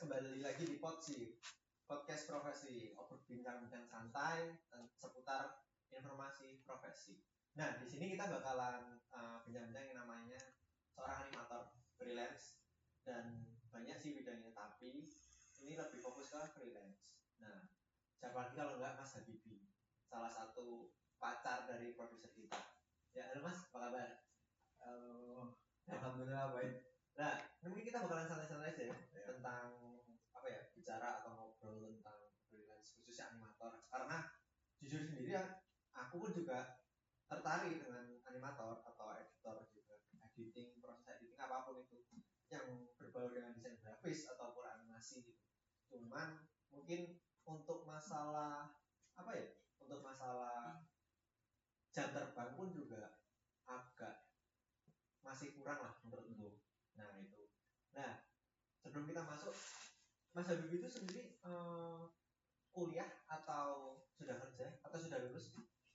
kembali lagi di podcast profesi, bincang-bincang santai seputar informasi profesi. Nah, di sini kita bakalan bincang-bincang yang namanya seorang animator freelance, dan banyak sih bidangnya, tapi ini lebih fokus ke freelance. Nah, siapa lagi kalau enggak Mas Habibi, salah satu pacar dari produser kita. Ya, halo Mas, apa kabar? Alhamdulillah baik. Nah, mungkin kita bakalan santai-santai aja ya, tentang bicara atau ngobrol tentang freelance khususnya animator. Karena jujur sendiri ya, aku pun juga tertarik dengan animator atau editor juga, editing, proses editing apapun itu yang berbau dengan desain grafis ataupun animasi gitu. Cuman mungkin untuk masalah untuk masalah jam terbang pun juga agak masih kurang lah menurutku. Nah itu. Nah, sebelum kita masuk, Mas Habib itu sendiri kuliah atau sudah kerja atau sudah lulus?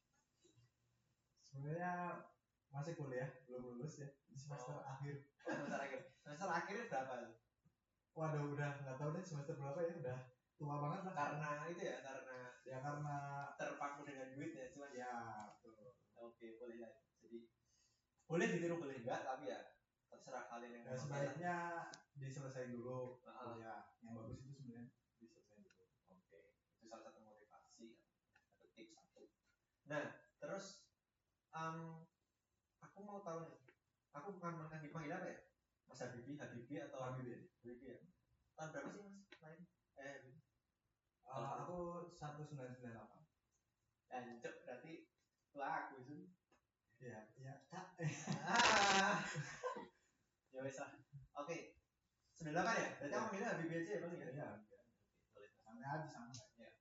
Sebenarnya masih kuliah, belum lulus ya, di semester akhir. Semester akhirnya berapa? Waduh, udah nggak tahu deh semester berapa ya, udah tua banget lah. Karena terpaku dengan duit ya, cuman ya betul. Oke, boleh lah. Jadi boleh ditiru boleh enggak, tapi ya terserah kalian yang sebaiknya diselesaikan dulu kuliah. Yang bagus itu sebenarnya diselesaikan dulu. Oke, itu salah satu motivasi atau tips satu. Nah, terus aku mau tahu nih, aku bukan dipanggil apa ya? Mas Habibi atau Habibi ya? Tahun berapa sih Mas lain? Aku 1998. Jancuk, berarti tua aku itu. Iya, Kak. Ya wes lah. Oke. 98 ya? Berarti aku manggilnya Habibi aja ya, Bang ya? Iya. Boleh. Sampai aja sama. Ya.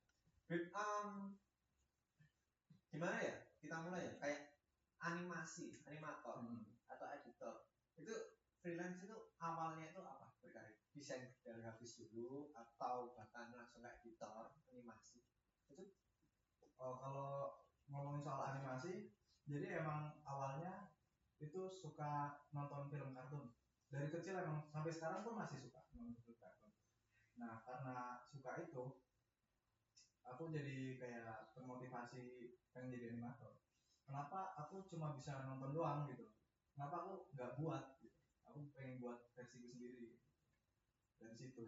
Gimana ya? Kita mulai ya. Kayak animator atau editor. Itu freelance itu awalnya itu apa? Berkarir desain grafis dulu atau bahkan langsung kayak editor animasi? Itu kalau ngomongin soal animasi, jadi emang awalnya itu suka nonton film kartun. Dari kecil emang sampai sekarang pun masih suka nonton film kartun. Nah, karena suka itu, aku jadi kayak termotivasi pengen jadi animator. Kenapa aku cuma bisa nonton doang gitu? Kenapa aku nggak buat gitu? Aku pengen buat versiku sendiri. Dari situ.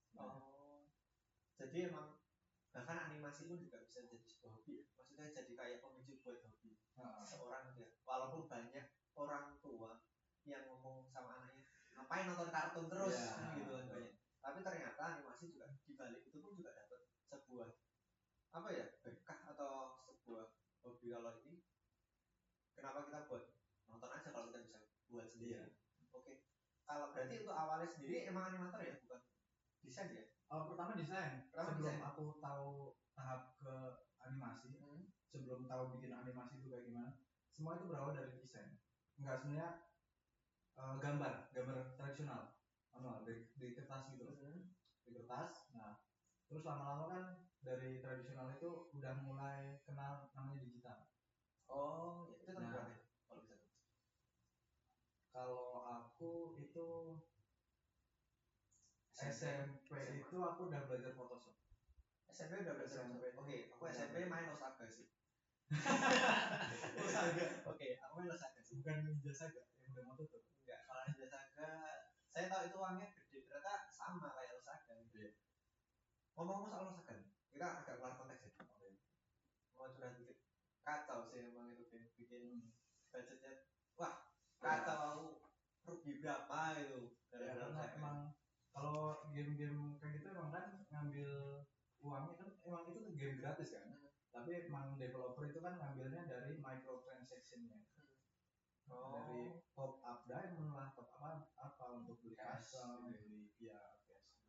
Jadi emang bahkan animasi pun juga bisa jadi sebuah hobi. Maksudnya jadi kayak pemicu buat hobi seorang dia. Walaupun banyak orang tua yang ngomong sama anaknya, ngapain nonton kartun terus gitu kan banyak. Tapi ternyata animasi juga dibalik itu pun juga dapat sebuah berkah atau sebuah hobi. Kalau ini kenapa kita buat nonton aja kalau kita bisa buat sendiri. Oke. Kalau berarti untuk awalnya sendiri emang animator ya, bukan desain ya? Pertama desain. Sebelum aku tahu tahap ke animasi, sebelum tahu bikin animasi itu kayak gimana, semua itu berawal dari desain. Enggak, sebenarnya gambar tradisional, manual di kertas gitu, di kertas. Nah, terus lama-lama kan dari tradisional itu udah mulai kenal namanya digital. Itu tahun berapa ya? Kalau bisa. Kalau aku itu SMP itu aku udah belajar Photoshop. SMP udah belajar Photoshop. Oke, aku SMP main Osaga sih. Oke, aku main Osaga sih. Bukan Ninja Saga yang udah mau tutup. Enggak, kalau Ninja Saga saya tahu itu uangnya gede, ternyata sama kayak Osaga gitu. Ngomong-ngomong soal Osaga, kita agak keluar konteks ya. Mau curhat dikit. Kacau sih emang itu bikin budgetnya. Wah, kacau. Rugi berapa itu? Karena emang kalau game-game kayak gitu emang kan ngambil uangnya kan emang itu game gratis kan. Tapi emang developer itu kan ngambilnya dari microtransaction-nya. Dari top up diamond lah, top apa untuk beli custom, beli cash.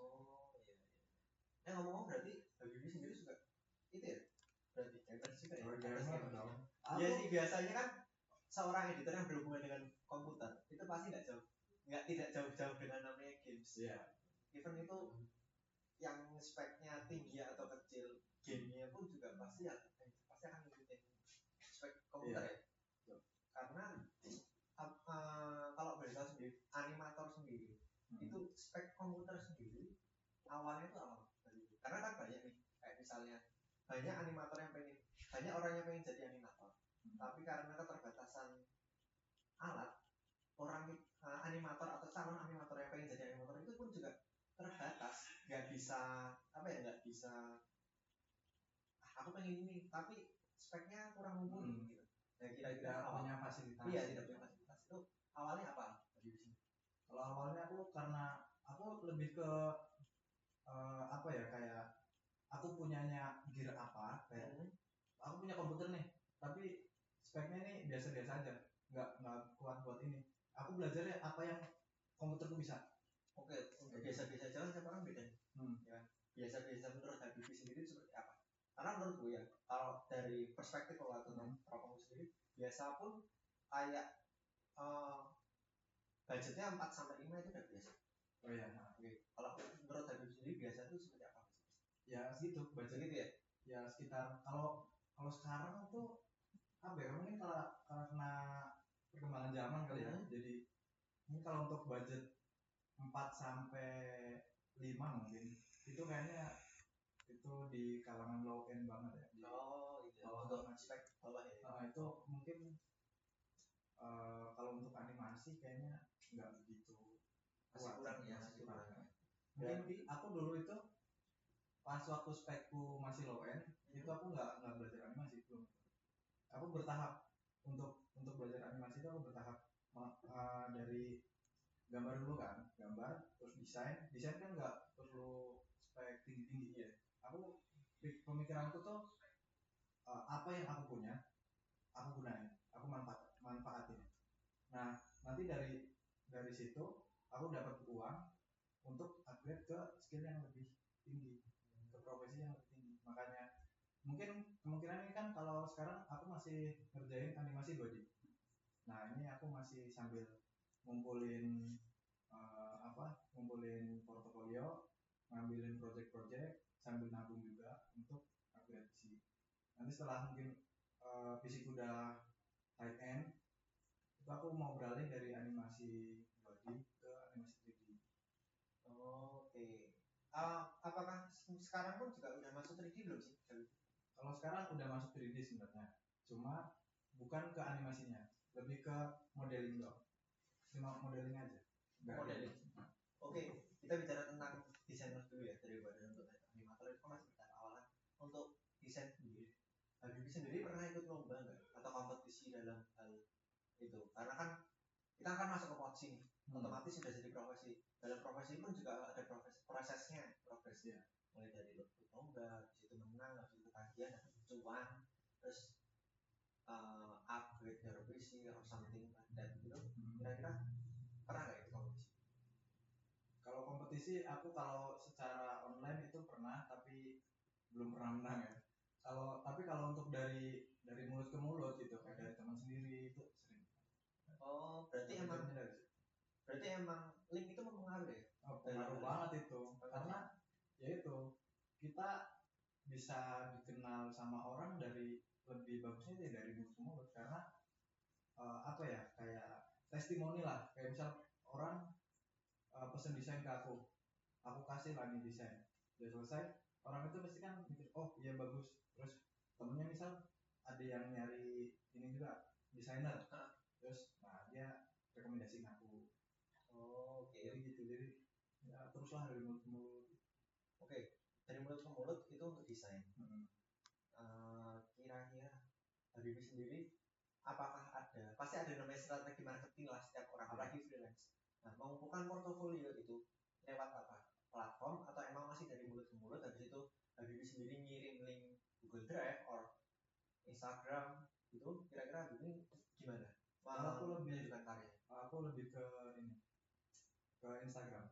Iya. Ngomong-ngomong berarti Habibie sendiri suka itu ya? Berarti gamer juga ya? Gamer dong. Iya sih, biasanya kan seorang editor yang berhubungan dengan komputer itu pasti tidak jauh-jauh dengan namanya games. Even itu yang speknya tinggi atau kecil, gamenya pun juga pasti akan ngikutin spek komputer ya. Karena kalau boleh tahu sendiri, animator sendiri itu spek komputer sendiri awalnya itu apa? Karena kan banyak nih, kayak misalnya banyak animator yang banyak orang yang pengen jadi animator, tapi karena keterbatasan alat, animator atau calon animator yang pengen jadi animator itu pun juga terbatas, nggak bisa aku pengen ini tapi speknya kurang mumpuni gitu. Nah kira-kira punya fasilitas. Iya, tidak punya fasilitas. Itu awalnya apa? Kalau awalnya karena aku lebih ke apa ya, kayak aku punyanya gear apa, kayak aku punya komputer nih tapi speknya nih biasa-biasa aja, nggak kuat buat ini. Aku belajarnya apa yang komputerku bisa. Oke, biasa-biasa jalan setiap orang beda. Ya, biasa-biasa menurut Habibie sendiri seperti apa? Karena menurutku ya, kalau dari perspektif kalau aku sendiri, biasa pun kayak budgetnya 4 sampai 5 itu udah biasa. Oh iya. Oke. Kalau menurut Habibie sendiri biasa itu seperti apa? Ya segitu, budget gitu ya. Ya sekitar, kalau sekarang tuh apa ya, mungkin karena perkembangan zaman kali ya. Jadi ini kalau untuk budget 4 sampai 5 mungkin itu kayaknya itu di kalangan low end banget ya. Untuk spek bawah ya. Itu mungkin kalau untuk animasi kayaknya nggak begitu masih kurang ya. Mungkin aku dulu itu pas waktu spekku masih low end itu aku nggak belajar animasi, belum. Aku bertahap untuk belajar animasi itu aku bertahap dari gambar dulu kan, gambar terus desain kan nggak perlu spek tinggi ya. Aku pemikiranku tuh apa yang aku punya aku gunain, aku manfaatin. Nah nanti dari situ aku dapat uang untuk upgrade ke skill yang lebih tinggi, ke profesi yang lebih tinggi. Makanya mungkin kemungkinan ini kan kalau sekarang aku masih ngerjain animasi 2D. Nah ini aku masih sambil ngumpulin ngumpulin portofolio, ngambilin project-project sambil nabung juga untuk upgrade PC. Nanti setelah mungkin PC udah high end, itu aku mau beralih dari animasi 2D ke animasi 3D. Oke. Apakah sekarang pun juga udah masuk 3D belum sih? Kalau sekarang udah masuk 3D sebenarnya, cuma bukan ke animasinya, lebih ke modeling doang. Cuma modeling aja. Modeling. Oke, kita bicara tentang desainer dulu ya, daripada untuk animator itu kan masih bicara awalnya untuk desain sendiri. Habibie sendiri pernah ikut lomba nggak atau kompetisi dalam hal itu? Karena kan kita akan masuk ke POTSI nih, otomatis sudah jadi profesi. Dalam profesi pun juga ada prosesnya, mulai dari lomba, habis itu menang, habis itu ketagihan, habis itu cuan, terus upgrade your PC or something like that gitu. Kira-kira pernah nggak ikut kompetisi? Kalau kompetisi aku kalau secara online itu pernah, tapi belum pernah menang ya. Tapi kalau untuk dari mulut ke mulut gitu, kayak dari teman sendiri itu sering. Oh, berarti emang link itu mempengaruhi ya? Pengaruh banget itu. Karena ya itu, kita bisa dikenal sama orang dari lebih bagusnya dari mulut ke mulut, karena apa ya, kayak testimoni lah. Kayak misal orang pesen desain ke aku kasih lah nih desain, udah selesai, orang itu pasti kan mikir, oh iya bagus. Terus temennya misal ada yang nyari ini juga desainer, terus nah dia rekomendasiin aku. Jadi gitu, jadi ya teruslah dari mulut ke mulut. Oke, dari mulut ke mulut itu untuk desain. Kira-kira Habibie sendiri apakah pasti ada namanya strategi marketing lah setiap orang, apalagi freelance. Nah, mengumpulkan portofolio itu lewat apa? Platform atau emang masih dari mulut ke mulut, habis itu Habibie sendiri ngirim link Google Drive or Instagram gitu? Kira-kira Habibie gimana? Aku lebih ke ini, ke Instagram.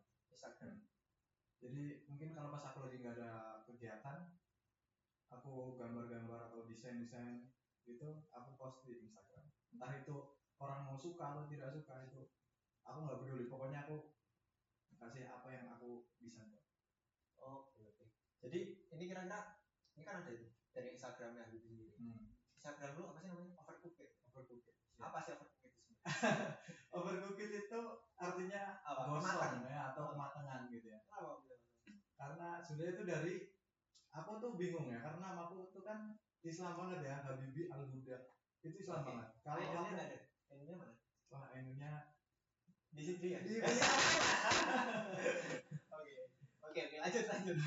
Jadi mungkin kalau pas aku lagi nggak ada kegiatan, aku gambar-gambar atau desain gitu, aku post di Instagram. Entah itu orang mau suka atau tidak suka, itu aku nggak peduli. Pokoknya aku kasih apa yang aku bisa. Oke. Jadi ini kira-kira ini kan ada dari Instagramnya Habibie sendiri. Instagram lu apa sih namanya? Overcooked. Apa sih overcooked itu sebenarnya? Overcooked itu artinya gosong ya, atau kematangan gitu ya. Karena karena sebenarnya itu dari aku tuh bingung ya karena namaku tuh kan Islam banget ya, Habibie Al Huda itu Islam banget. Kalau Ainunnya aku nggak ada. Ainunnya mana? wah Ainunnya Di sini ya. di Oke, lanjut.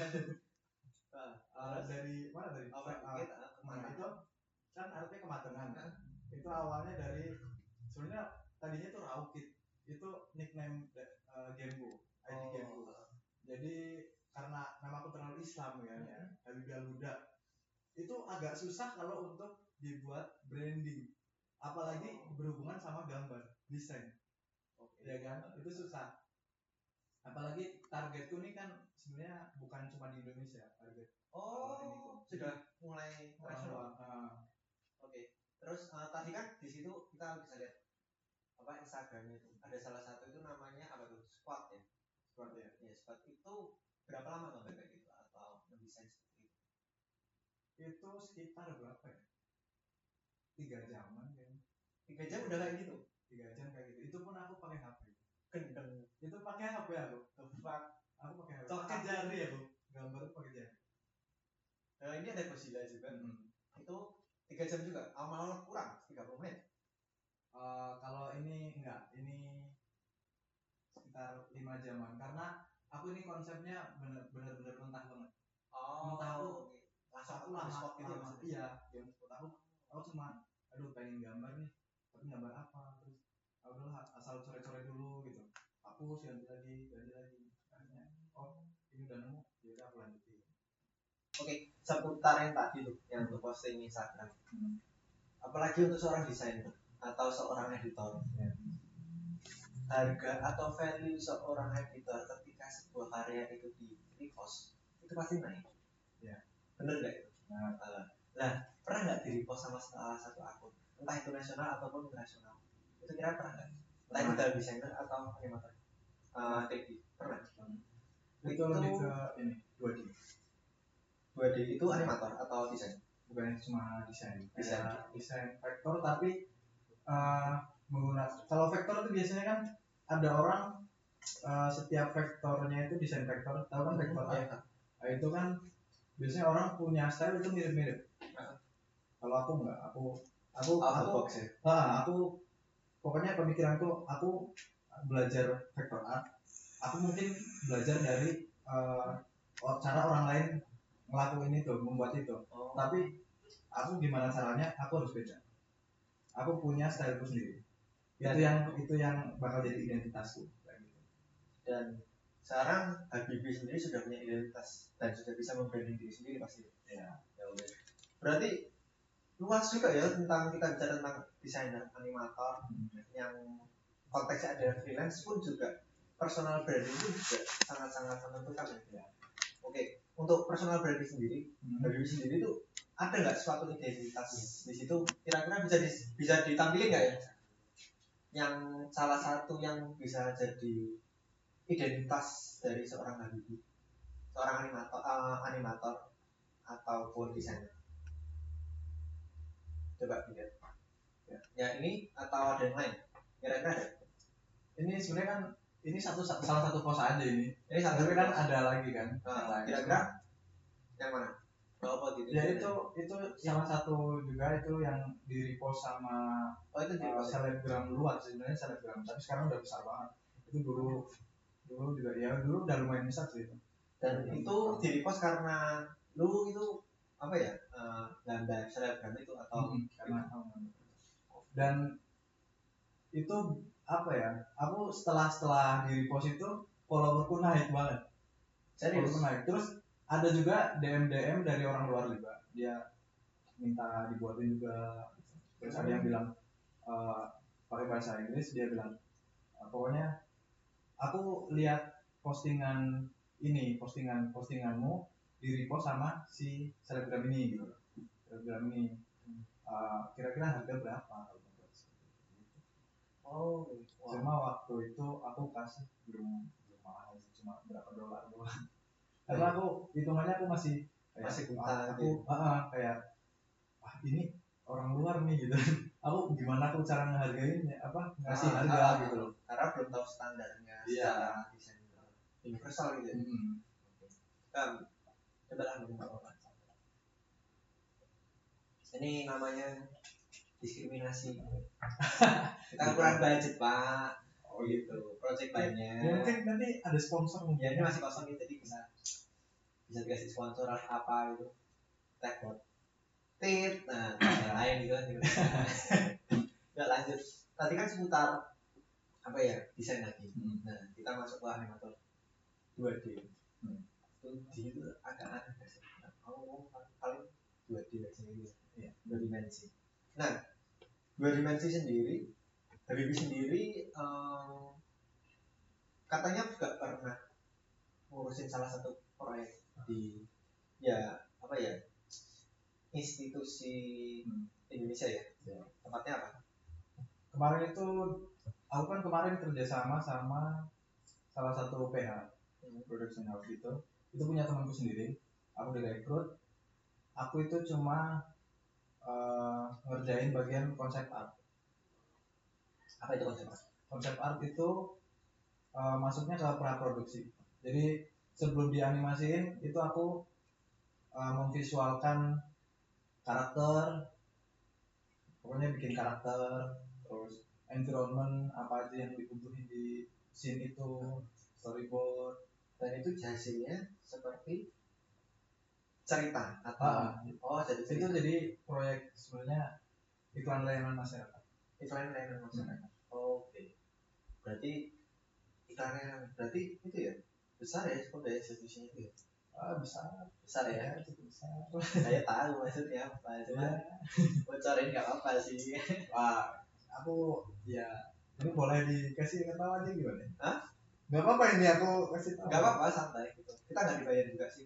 dari mana tadi? Kita Nah, itu kan artinya kematangan kan. Itu awalnya dari sebenarnya tadinya itu Raukit. Itu nickname gameku, ID gameku. Jadi karena namaku terlalu Islam ya, Habibie Al Huda. Itu agak susah kalau untuk dibuat branding. Apalagi berhubungan sama gambar, desain. Ya kan? Itu susah. Apalagi targetku ini kan sebenarnya bukan cuma di Indonesia target. Sudah mulai nasional. Oke. Terus tadi kan di situ kita bisa lihat apa Instagramnya itu. Ada salah satu itu namanya apa tuh? Squad ya. Squad ya. Ya, squad itu berapa lama gambar kayak gitu atau mendesain seperti itu? Itu sekitar berapa ya? 3 jaman kan. 3 jam udah kayak gitu. 3 jam kayak gitu. Itu pun aku pakai HP. Gendeng. Itu pakai HP aku. Tepat. Aku pakai HP. Pakai jari aku. Gambar itu pakai jari. Nah, ini ada Godzilla juga. Itu 3 jam juga. Malah kurang 30 menit. Kalau ini enggak, ini sekitar 5 jaman karena aku ini konsepnya bener-bener mentah banget. Mentah aku langsung lama gitu ya. Iya, game spot aku cuma pengen gambar nih, tapi gambar apa? Terus udahlah asal coret-coret dulu gitu. Hapus ganti lagi. Akhirnya ini udah nemu, ya udah aku lanjutin. Oke, seputar yang tadi tuh yang untuk posting Instagram. Apalagi untuk seorang desainer atau seorang editor. Harga atau value seorang editor ketika sebuah karya itu di repost itu pasti naik. Ya. Bener nggak itu? Nah, pernah nggak di repost sama salah satu akun, entah itu nasional ataupun internasional? Itu kira pernah nggak? Entah itu dari desainer atau animator? Pernah. Itu lebih ke ini 2D. 2D itu animator atau desain? Bukan cuma desain. Desain vektor tapi menggunakan kalau vektor itu biasanya kan ada orang setiap vektornya itu desain vektor, tahu kan vektor ya? Nah, itu kan biasanya orang punya style itu mirip-mirip. Kalau aku enggak, aku pokoknya pemikiran tuh aku belajar vektor art. Aku mungkin belajar dari cara orang lain ngelakuin itu, membuat itu. Tapi aku gimana caranya, aku harus beda. Aku punya styleku sendiri. Itu yang bakal jadi identitasku. Dan sekarang Habibie sendiri sudah punya identitas dan sudah bisa membranding diri sendiri pasti. Ya. Berarti luas juga ya tentang kita bicara tentang desainer, animator, yang konteksnya ada freelance pun juga personal branding itu juga sangat-sangat menentukan ya. Oke, untuk personal branding sendiri, Habibie sendiri itu ada nggak suatu identitas di situ? Kira-kira bisa ditampilin nggak ya? Yang salah satu yang bisa jadi identitas dari seorang Habibie, seorang animator ataupun desainer. Coba lihat. Ya ini atau ada yang lain? Kira-kira ada? Ini sebenarnya kan ini salah satu pos aja ini. Ini tapi kan ada lagi kan? Kira-kira yang mana? Gitu. Ya itu salah satu juga itu yang di repost sama selebgram luar sebenarnya selebgram, tapi sekarang udah besar banget. Itu dulu juga dulu udah lumayan besar sih itu. Dan itu di repost karena lu itu apa ya gambar selebgram itu atau karena dan itu apa ya? Aku setelah di repost itu followerku naik banget. Followerku naik. Terus ada juga DM dari orang luar juga. Dia minta dibuatin juga. Terus ada yang bilang pakai bahasa Inggris, dia bilang pokoknya aku lihat postinganmu di repost sama si selebgram ini gitu. Selebgram ini kira-kira harga berapa? Cuma waktu itu aku kasih belum mahal, cuma berapa dolar doang. Karena aku hitungannya aku masih buta aku kayak ini orang luar nih gitu. Aku gimana aku cara ngehargainnya ngasih harga gitu loh. Karena belum tahu standarnya secara desain universal gitu. Coba lah minum apa. Ini namanya diskriminasi. Kita kurang budget pak. Oh gitu. Project lainnya. Ya mungkin nanti ada sponsor mungkin. Ya ini masih kosong nih, jadi bisa dikasih sponsor apa gitu. Tag bot. Tit. Nah, yang lain gitu kan. Nggak lanjut. Tadi kan seputar apa ya, desain lagi. Nah, kita masuk ke animator 2D. 2D itu agak aneh sih. Nah, kamu paling 2D aja gitu. Ya, 2 dimensi. Nah, 2 dimensi sendiri, Habibie sendiri katanya juga pernah ngurusin salah satu proyek di ya apa ya, institusi Indonesia ya. Tempatnya apa? Kemarin itu aku kan kemarin kerjasama sama salah satu PH production house itu punya temanku sendiri. Aku direkrut. Aku itu cuma ngerjain bagian konsep art. Apa itu konsep art? Konsep art itu masuknya ke praproduksi. Jadi sebelum dianimasiin itu aku memvisualkan karakter, pokoknya bikin karakter, terus environment apa aja yang dibutuhin di scene itu, storyboard, dan itu hasilnya seperti cerita atau jadi cerita. Itu jadi proyek sebenarnya iklan layanan masyarakat. Iklan layanan masyarakat. Oke. Berarti iklannya berarti itu ya besar ya, cukup dari institusinya itu ya. Besar ya. Cukup besar. Saya tahu maksudnya apa, cuma bocorin nggak apa-apa sih. Wah, aku ya ini boleh dikasih tahu aja gimana? Hah? Gak apa-apa ini aku kasih tahu. Gak apa-apa, santai gitu. Kita nggak dibayar juga sih.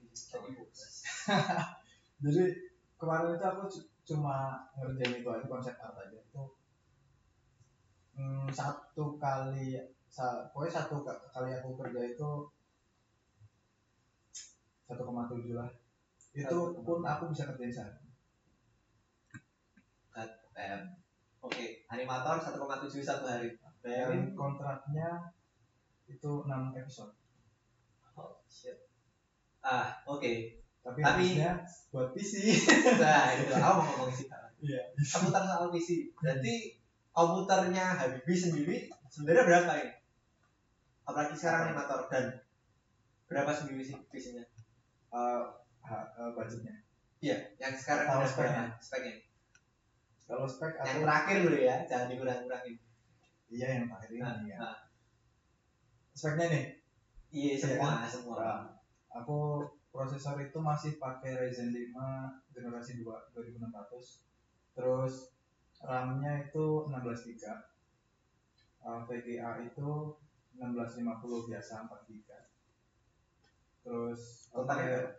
Jadi kemarin itu aku cuma ngerjain itu aja, konsep art aja itu. Pokoknya satu kali aku kerja itu 1,7 lah. Itu pun aku bisa kerjain sehari. Oke, animator 1,7 satu hari. Dan kontraknya itu 6 episode. Oh shit. Oke. Tapi habisnya buat PC. Nah, itu aku mau ngomong sih. Iya. Komputer soal PC. Berarti komputernya Habibie sendiri sebenarnya berapa ini? Apalagi sekarang animator, dan berapa sendiri sih PC-nya? Budgetnya. Iya, yang sekarang tahu speknya. Kalau spek yang terakhir dulu ya, jangan dikurang-kurangin. Iya, yang terakhir ini ya. Speknya nih. Iya, semua. Aku prosesor itu masih pakai Ryzen 5 generasi 2 2600. Terus RAM-nya itu 16 GB. VGA itu 1650 biasa 4 GB. Terus totalnya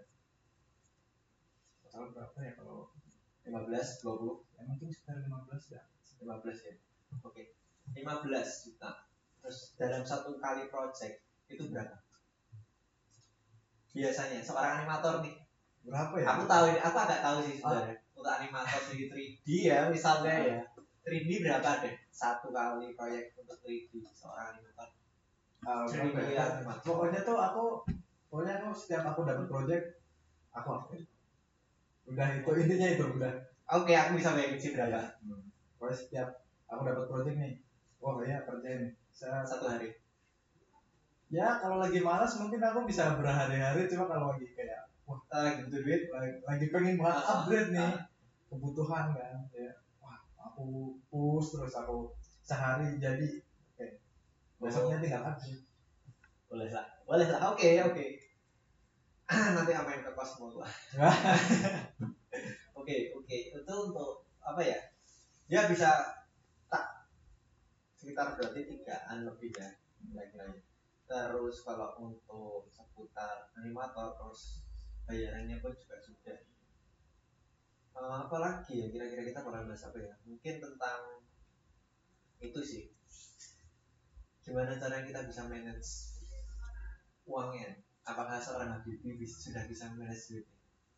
berapa ya kalau 15, 20? Ya mungkin sekitar 15 ya. 15 ya. Oke. 15 juta. Terus dalam satu kali project itu berapa? Biasanya seorang animator nih. Berapa ya? Aku tahu ini, aku agak tahu sih sebenarnya. Untuk animator di 3D ya, misalnya ya. 3D berapa deh? Satu kali proyek untuk 3D seorang animator. Pokoknya setiap aku dapat project aku aktif. Udah itu intinya itu udah. Oke, aku bisa bayangin sih berapa. Pokoknya setiap aku dapat project nih, wah ya kerjain satu hari. Ya kalau lagi malas mungkin aku bisa berhari-hari, cuma kalau lagi kayak wah lagi butuh duit, lagi pengen banget upgrade nih kebutuhan kan, ya wah aku push terus aku sehari jadi besoknya tinggal upgrade. Boleh lah, oke. Nanti amain ke kos semua gua. Oke, itu untuk apa ya? Dia bisa tak sekitar berarti 3-an lebih ya kira-kira. Terus kalau untuk seputar animator, terus bayarannya pun juga sudah. Apalagi ya kira-kira kita bakal bahas apa ya? Mungkin tentang itu sih. Gimana cara kita bisa manage uangnya? Apakah seorang Habibie sudah bisa manage duit?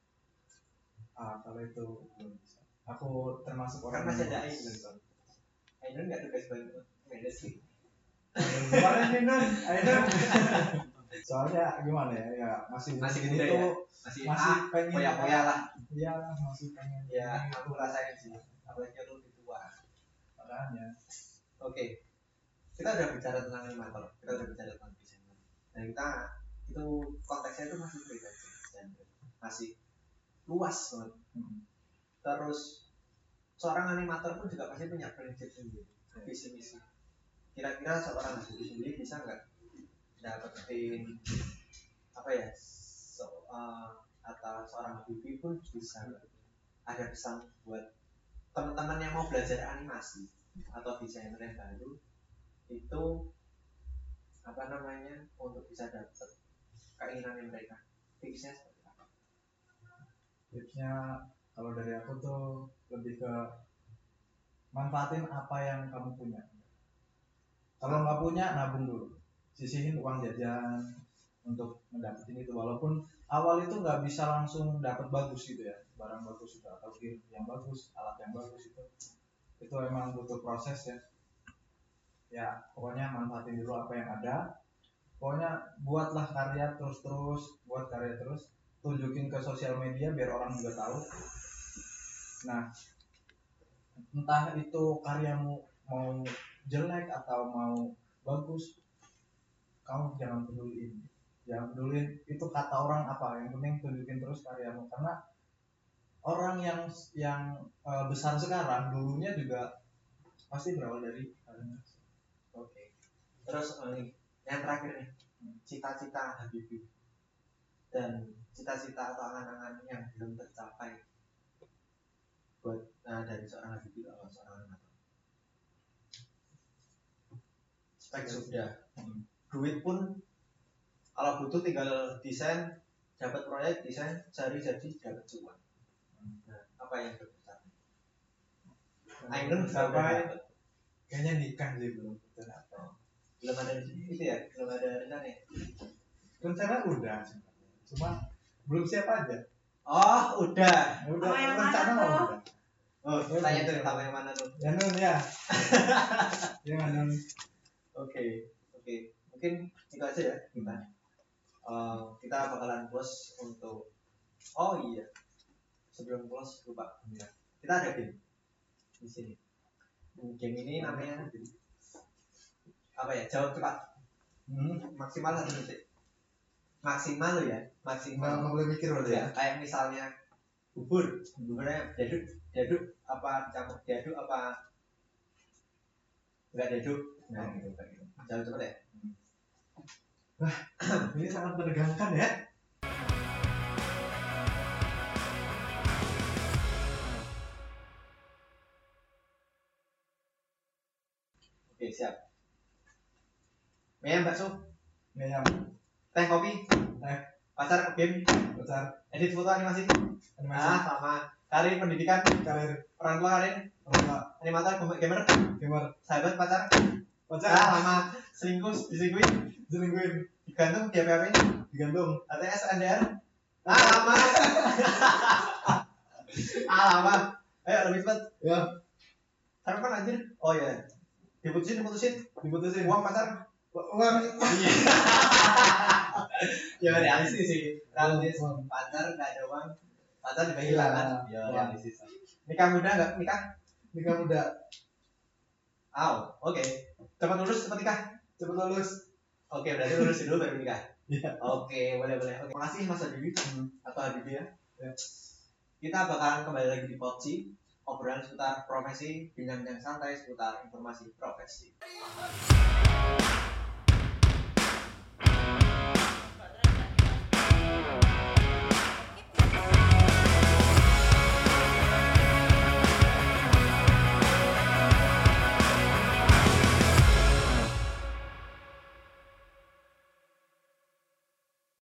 Kalau itu belum bisa. Aku termasuk orang masih ada Ainun nggak tugas bantu manage sih. Kemarin Ainun Soalnya gimana ya masih Masih gini muda tuh ya? masih pengen Poya-poya lah. iya masih pengen Ya, ini aku rasain sih. Apalagi aku lebih tua. makanya Oke, kita udah bicara tentang animator, kita udah bicara tentang desainer. Dan kita itu konteksnya itu masih freelance, masih luas banget. Terus seorang animator pun juga pasti punya prinsip sendiri, visi misi. Kira-kira seorang Habibie sendiri bisa nggak dapetin apa ya? Atau seorang Habibie pun bisa ada pesan buat teman-teman yang mau belajar animasi atau desainer yang baru itu apa namanya untuk bisa dapat keinginan mereka. Tipsnya seperti apa? tipsnya kalau dari aku tuh lebih ke manfaatin apa yang kamu punya. Kalau nggak punya nabung dulu, sisihin uang jajan untuk mendapetin itu. Walaupun awal itu nggak bisa langsung dapat bagus gitu ya, barang bagus itu atau gear yang bagus, alat yang bagus itu emang butuh proses ya. Ya pokoknya manfaatin dulu apa yang ada. Pokoknya buatlah karya terus buat karya terus, tunjukin ke sosial media biar orang juga tahu. Nah entah itu karyamu mau jelek atau mau bagus, kamu jangan peduliin itu kata orang apa, yang penting tunjukin terus karyamu. Karena orang yang besar sekarang dulunya juga pasti berawal dari animasi. Oke. Terus yang terakhir nih, cita-cita Habibie dan cita-cita atau angan-angan yang belum tercapai buat dari seorang Habibie atau seorang animator. Spek sudah, duit pun kalau butuh tinggal desain, dapat proyek desain, cari jadi dapat cuan. Nah, apa yang belum tercapai? Ainun sampai kayaknya nikah sih belum tercapai. Belum ada itu ya, belum ada rencana ya? Rencana udah cuma belum siap aja. Oh udah Rencana mah udah. Oh tanya tuh sama yang mana tuh? Ya Nun ya. Yang Nun. Oke. Mungkin itu aja ya kita. Kita bakalan close untuk sebelum close lupa ya. Kita ada game di sini. Game ini namanya apa ya? Jawab cepat. Maksimal 1 detik. Maksimal lo ya, maksimal. Nggak boleh mikir loh ya. Kayak misalnya buburnya diaduk apa dicampur diaduk apa enggak diaduk. Nah gitu kayak gitu. Jawab cepat ya. Wah, ini sangat menegangkan ya. Oke, siap. Mie bakso. Mie ayam. Teh kopi. Teh. Pacar game. Pacar. Edit foto animasi. Sama. Karir pendidikan. Karir. Orang tua karir. Orang tua. Animator gamer. Sahabat pacar. Lama. Diselingkuhin. Digantung di HP-nya. ATS NDR. Lama. Lama. Ayo lebih cepat. Ya. Sampai kan anjir. Oh ya. Diputusin. Uang pacar. Uang. Iya. Ya realistis sih. Pacar nggak ada uang. Pacar juga hilang kan. Ya realistis. Nikah muda nggak? Nikah muda. Oke. Cepat lulus, cepat nikah. Oke, berarti lulus dulu baru nikah. Iya. Oke, boleh. Oke, makasih Mas Habibie atau Habibie ya. Kita bakalan kembali lagi di Podci, obrolan seputar profesi, bincang-bincang santai seputar informasi profesi.